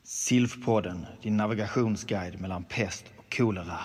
SILF-podden, din navigationsguide mellan pest och kolera.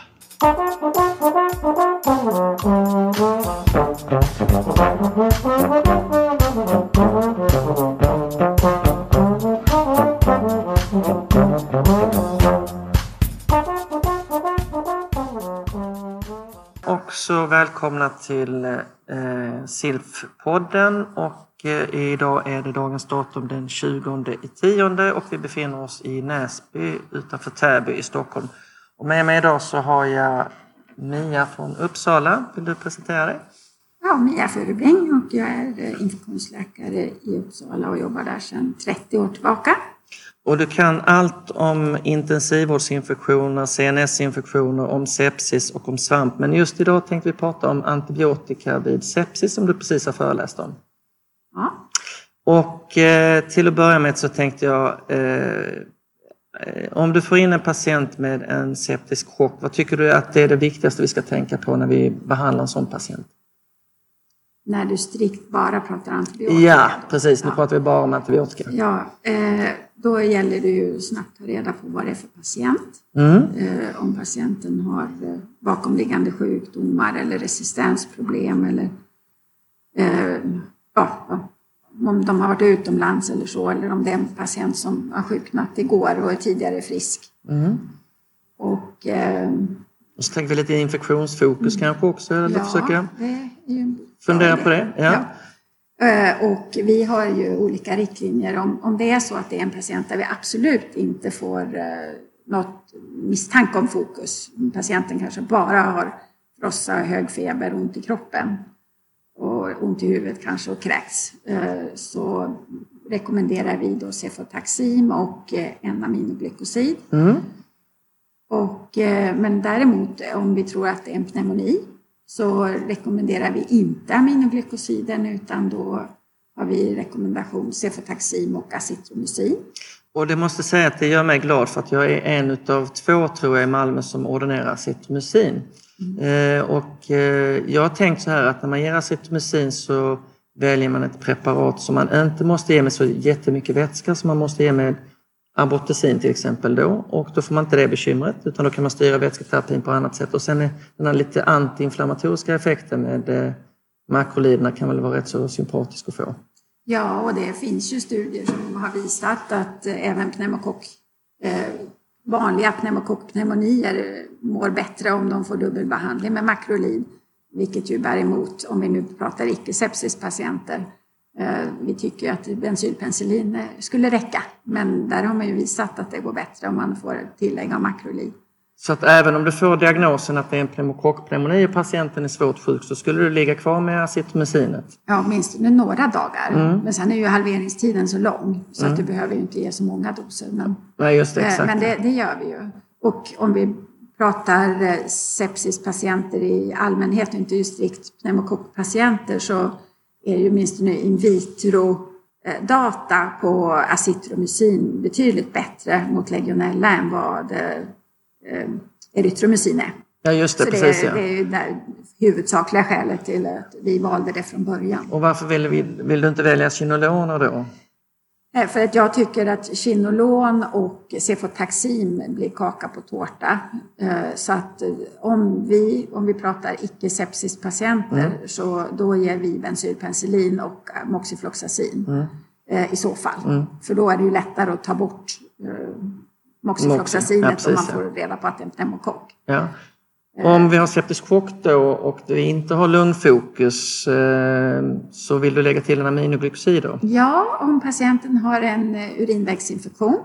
Också välkomna till SILF-podden och idag är det dagens datum den 20/10 och vi befinner oss i Näsby utanför Täby i Stockholm. Och med mig idag så har jag Mia från Uppsala. Vill du presentera dig? Ja, Mia Furubring och jag är infektionsläkare i Uppsala och jobbar där sedan 30 år tillbaka. Och du kan allt om intensivvårdsinfektioner, CNS-infektioner, om sepsis och om svamp. Men just idag tänkte vi prata om antibiotika vid sepsis som du precis har föreläst om. Ja. Och till att börja med så tänkte jag, om du får in en patient med en septisk chock, vad tycker du att det är det viktigaste vi ska tänka på när vi behandlar en sån patient? När du strikt bara pratar antibiotika? Ja, precis. Nu pratar vi bara om antibiotika. Ja, då gäller det ju snabbt att ta reda på vad det är för patient. Om patienten har bakomliggande sjukdomar eller resistensproblem eller om de har varit utomlands eller så, eller om det är en patient som har sjuknat igår och är tidigare frisk. Och så tänker vi lite infektionsfokus kanske också, eller försöka fundera på det. Ja. Och vi har ju olika riktlinjer om det är så att det är en patient där vi absolut inte får något misstanke om fokus. Patienten kanske bara har frossa, hög feber, ont i kroppen och ont i huvudet kanske och kräks, så rekommenderar vi då cefotaxim och en aminoglykosid. Men däremot om vi tror att det är en pneumoni så rekommenderar vi inte aminoglykosiden, utan då har vi rekommendation cefotaxim och acitromycin. Och det måste säga att det gör mig glad för att jag är en av 2 tror jag i Malmö som ordinerar acitromycin. Jag har tänkt så här att när man ger acitromycin så väljer man ett preparat som man inte måste ge med så jättemycket vätska som man måste ge med ambrotezin till exempel då, och då får man inte det bekymret, utan då kan man styra vätsketerapin på annat sätt. Och sen är den här lite antiinflammatoriska effekten med makroliderna kan väl vara rätt så sympatisk att få. Ja, och det finns ju studier som har visat att även vanliga pneumokockpneumonier mår bättre om de får dubbelbehandling med makrolid, vilket ju bär emot om vi nu pratar icke-sepsispatienter. Vi tycker att bensylpenicillin skulle räcka, men där har man ju visat att det går bättre om man får ett tillägg av makrolid. Så att även om du får diagnosen att det är en pneumokockpneumoni och patienten är svårt sjuk, så skulle du ligga kvar med acitromycinet? Ja, minst några dagar. Men sen är ju halveringstiden så lång så att du behöver ju inte ge så många doser. Men, nej, just det, exakt. Men det gör vi ju. Och om vi pratar sepsispatienter i allmänhet och inte just strikt pneumokockpatienter, så är ju minst nu in vitro data på acitromycin betydligt bättre mot legionella än vad erytromycin är. Ja, just det, så precis. Det är ju det huvudsakliga skälet till att vi valde det från början. Och varför vill du inte välja chinoloner då? För att jag tycker att chinolon och cefotaxim blir kaka på tårta. Så att om vi pratar icke-sepsispatienter så då ger vi bensylpenicillin och moxifloxacin i så fall. För då är det ju lättare att ta bort moxifloxacinet om man får reda på att det är en pneumokock. Ja. Om vi har septisk chock då och vi inte har lungfokus, så vill du lägga till en aminoglykosid då? Ja, om patienten har en urinvägsinfektion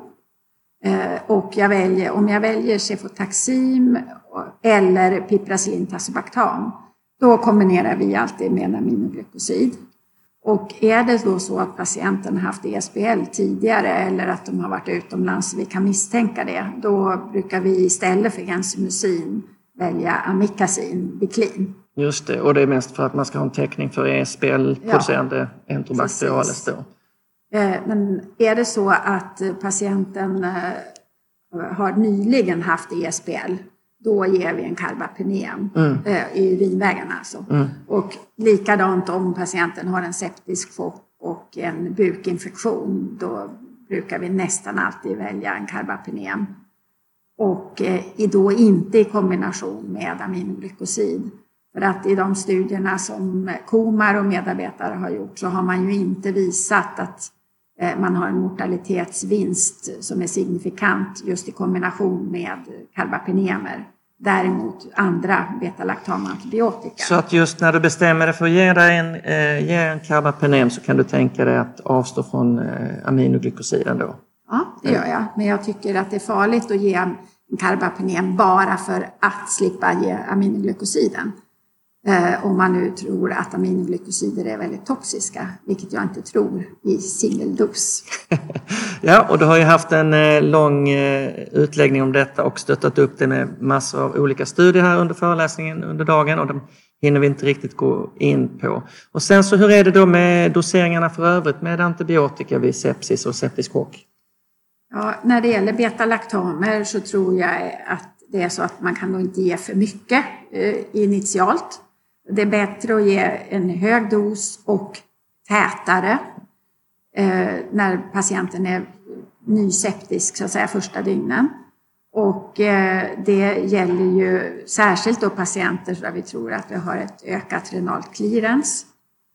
och om jag väljer cefotaxim eller piperacillin tazobactam, då kombinerar vi alltid med en aminoglykosid. Och är det då så att patienten har haft ESBL tidigare eller att de har varit utomlands så vi kan misstänka det, då brukar vi istället för gensimycin välja amikacin, Biclin. Just det, och det är mest för att man ska ha en täckning för ESBL-producerande enterobacteriales då. Men är det så att patienten har nyligen haft ESBL, då ger vi en karbapenem i urinvägarna alltså. Och likadant om patienten har en septisk chock och en bukinfektion, då brukar vi nästan alltid välja en carbapenem. Och då inte i kombination med aminoglykosid. För att i de studierna som Komar och medarbetare har gjort så har man ju inte visat att man har en mortalitetsvinst som är signifikant just i kombination med carbapenemer. Däremot andra beta-lactamantibiotika. Så att just när du bestämmer dig för att ge en carbapenem så kan du tänka dig att avstå från aminoglykosiden då? Ja, det gör jag. Men jag tycker att det är farligt att ge en carbapenem bara för att slippa ge aminoglykosiden. Om man nu tror att aminoglykosider är väldigt toxiska, vilket jag inte tror i singeldos. Ja, och du har ju haft en lång utläggning om detta och stöttat upp det med massor av olika studier här under föreläsningen under dagen och de hinner vi inte riktigt gå in på. Och sen så hur är det då med doseringarna för övrigt med antibiotika vid sepsis och septisk chock? Ja, när det gäller beta-lactamer så tror jag att det är så att man kan nog inte ge för mycket initialt. Det är bättre att ge en hög dos och tätare när patienten är nyseptisk så att säga första dygnen. Och det gäller ju särskilt då patienter där vi tror att vi har ett ökat renalt clearance.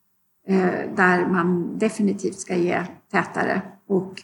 Där man definitivt ska ge tätare. Och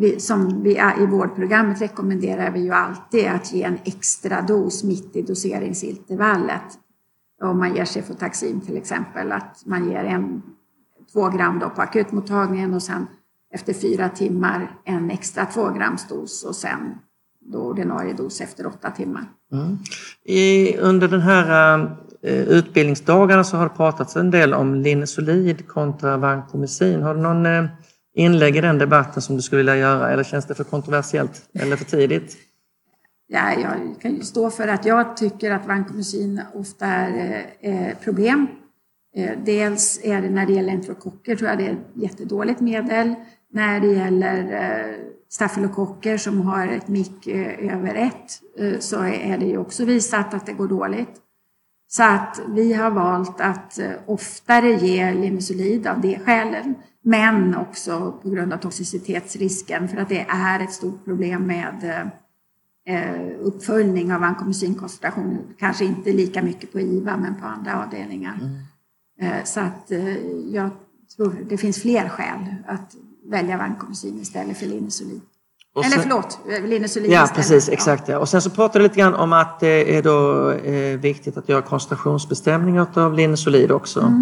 i vårdprogrammet rekommenderar vi ju alltid att ge en extra dos mitt i doseringsintervallet. Om man ger cefotaxim till exempel, att man ger 2 gram då på akutmottagningen och sen efter 4 timmar en extra 2 grams dos och sen då ordinarie dos efter 8 timmar. Mm. Under den här utbildningsdagarna så har det pratats en del om linezolid kontra vancomycin. Har du någon inlägg i den debatten som du skulle vilja göra eller känns det för kontroversiellt eller för tidigt? Ja, jag kan ju stå för att jag tycker att vancomycin ofta är problem. Dels är det när det gäller enterokocker tror jag det är ett jättedåligt medel. När det gäller stafylokocker som har ett MIC över 1 så är det ju också visat att det går dåligt. Så att vi har valt att oftare ge linezolid av det skälen. Men också på grund av toxicitetsrisken för att det är ett stort problem med uppföljning av vancomycinkoncentration. Kanske inte lika mycket på IVA men på andra avdelningar. Så att jag tror det finns fler skäl att välja vancomycin istället för linezolid. Linezolid ja, istället. Precis, exakt. Ja. Och sen så pratar du lite grann om att det är då viktigt att göra koncentrationsbestämningar av linezolid också.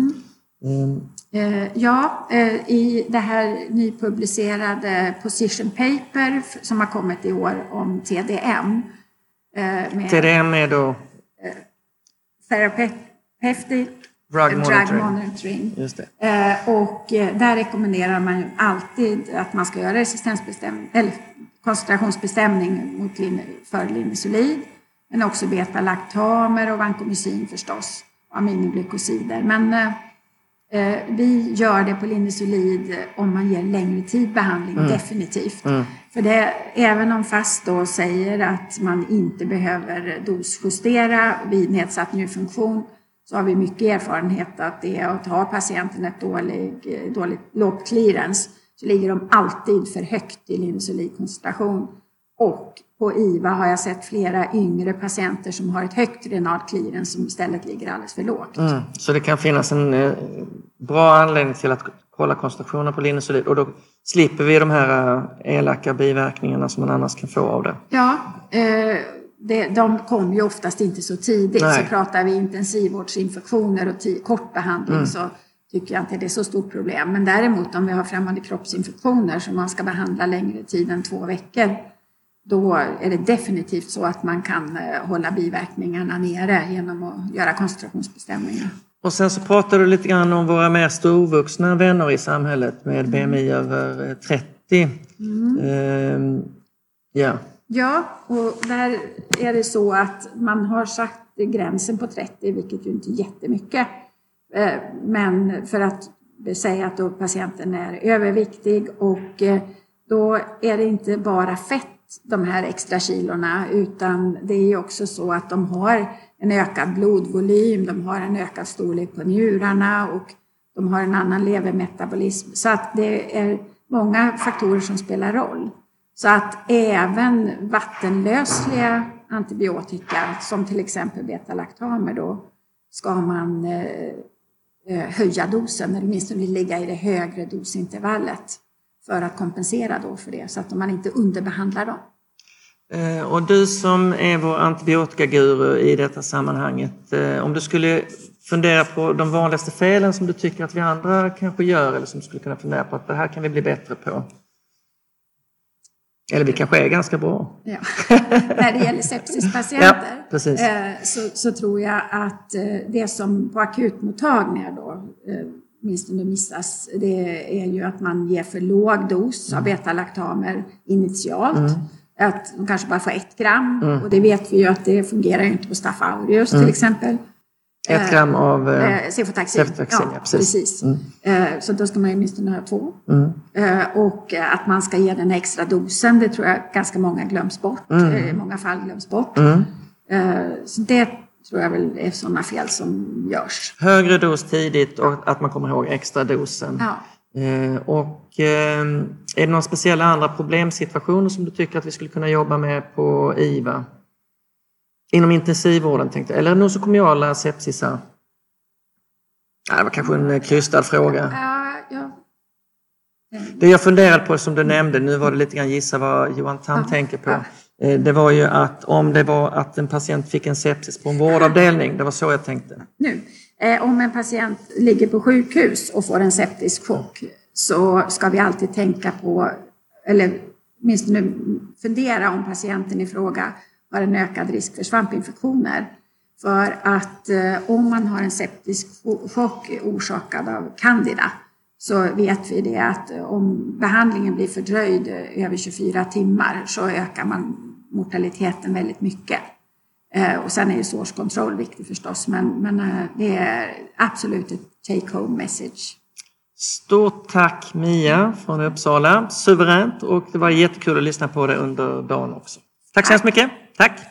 I det här nypublicerade position paper som har kommit i år om TDM. TDM är då? Therapeutic Drug monitoring. Just det. Och där rekommenderar man ju alltid att man ska göra koncentrationsbestämning för linezolid. Men också beta-lactamer och vancomycin förstås. Och aminoglykosider. Men vi gör det på linezolid om man ger längre tid behandling, definitivt. För det, även om FAST då säger att man inte behöver dosjustera vid nedsatt njurfunktion så har vi mycket erfarenhet att det är att ha patienten ett dåligt lågt clearance så ligger de alltid för högt i linezolidkoncentration. Och på IVA har jag sett flera yngre patienter som har ett högt renalt clearance som istället ligger alldeles för lågt. Så det kan finnas en bra anledning till att kolla koncentrationen på linezolid och då slipper vi de här elaka biverkningarna som man annars kan få av det. Ja, de kommer ju oftast inte så tidigt. Nej. Så pratar vi intensivvårdsinfektioner och kort behandling så tycker jag inte det är så stort problem. Men däremot om vi har främmande kroppsinfektioner som man ska behandla längre tid än 2 veckor då är det definitivt så att man kan hålla biverkningarna nere genom att göra koncentrationsbestämningar. Och sen så pratar du lite grann om våra mer storvuxna vänner i samhället med BMI över 30. Ja, och där är det så att man har satt gränsen på 30, vilket ju inte är jättemycket. Men för att säga att då patienten är överviktig och då är det inte bara fett de här extra kilorna utan det är ju också så att de har en ökad blodvolym, de har en ökad storlek på njurarna och de har en annan levermetabolism. Så att det är många faktorer som spelar roll. Så att även vattenlösliga antibiotika som till exempel betalaktamer då ska man höja dosen eller åtminstone ligga i det högre dosintervallet för att kompensera då för det så att man inte underbehandlar dem. Och du som är vår antibiotikaguru i detta sammanhanget, om du skulle fundera på de vanligaste felen som du tycker att vi andra kanske gör eller som skulle kunna fundera på att det här kan vi bli bättre på. Eller vi kanske är ganska bra. Ja. När det gäller sepsispatienter så tror jag att det som på akutmottagningar då minst under missas, det är ju att man ger för låg dos av betalaktamer initialt. Att de kanske bara får 1 gram. Och det vet vi ju att det fungerar ju inte på Staph aureus till exempel. 1 gram av cefotaxin. Ja, precis. Så då ska man ju minst ha 2. Och att man ska ge den extra dosen, det tror jag ganska många glöms bort. I många fall glöms bort. Så det tror jag väl är sådana fel som görs. Högre dos tidigt och att man kommer ihåg extra dosen. Ja. Är det några speciella andra problemsituationer som du tycker att vi skulle kunna jobba med på IVA? Inom intensivvården tänkte jag. Eller nosokomiala sepsisar? Det var kanske en krystad fråga. Ja. Det jag funderade på som du nämnde, nu var det lite grann gissa vad Johan Tam tänker på. Det var ju att om det var att en patient fick en sepsis på en vårdavdelning, det var så jag tänkte. Nu, om en patient ligger på sjukhus och får en septisk chock så ska vi alltid tänka på, eller åtminstone fundera om patienten i fråga har en ökad risk för svampinfektioner. För att om man har en septisk chock orsakad av candida så vet vi det att om behandlingen blir fördröjd över 24 timmar så ökar man mortaliteten väldigt mycket. Och sen är ju sårskontroll viktig förstås, men det är absolut ett take-home message. Stort tack Mia från Uppsala, suveränt, och det var jättekul att lyssna på det under dagen också. Tack så hemskt mycket, tack!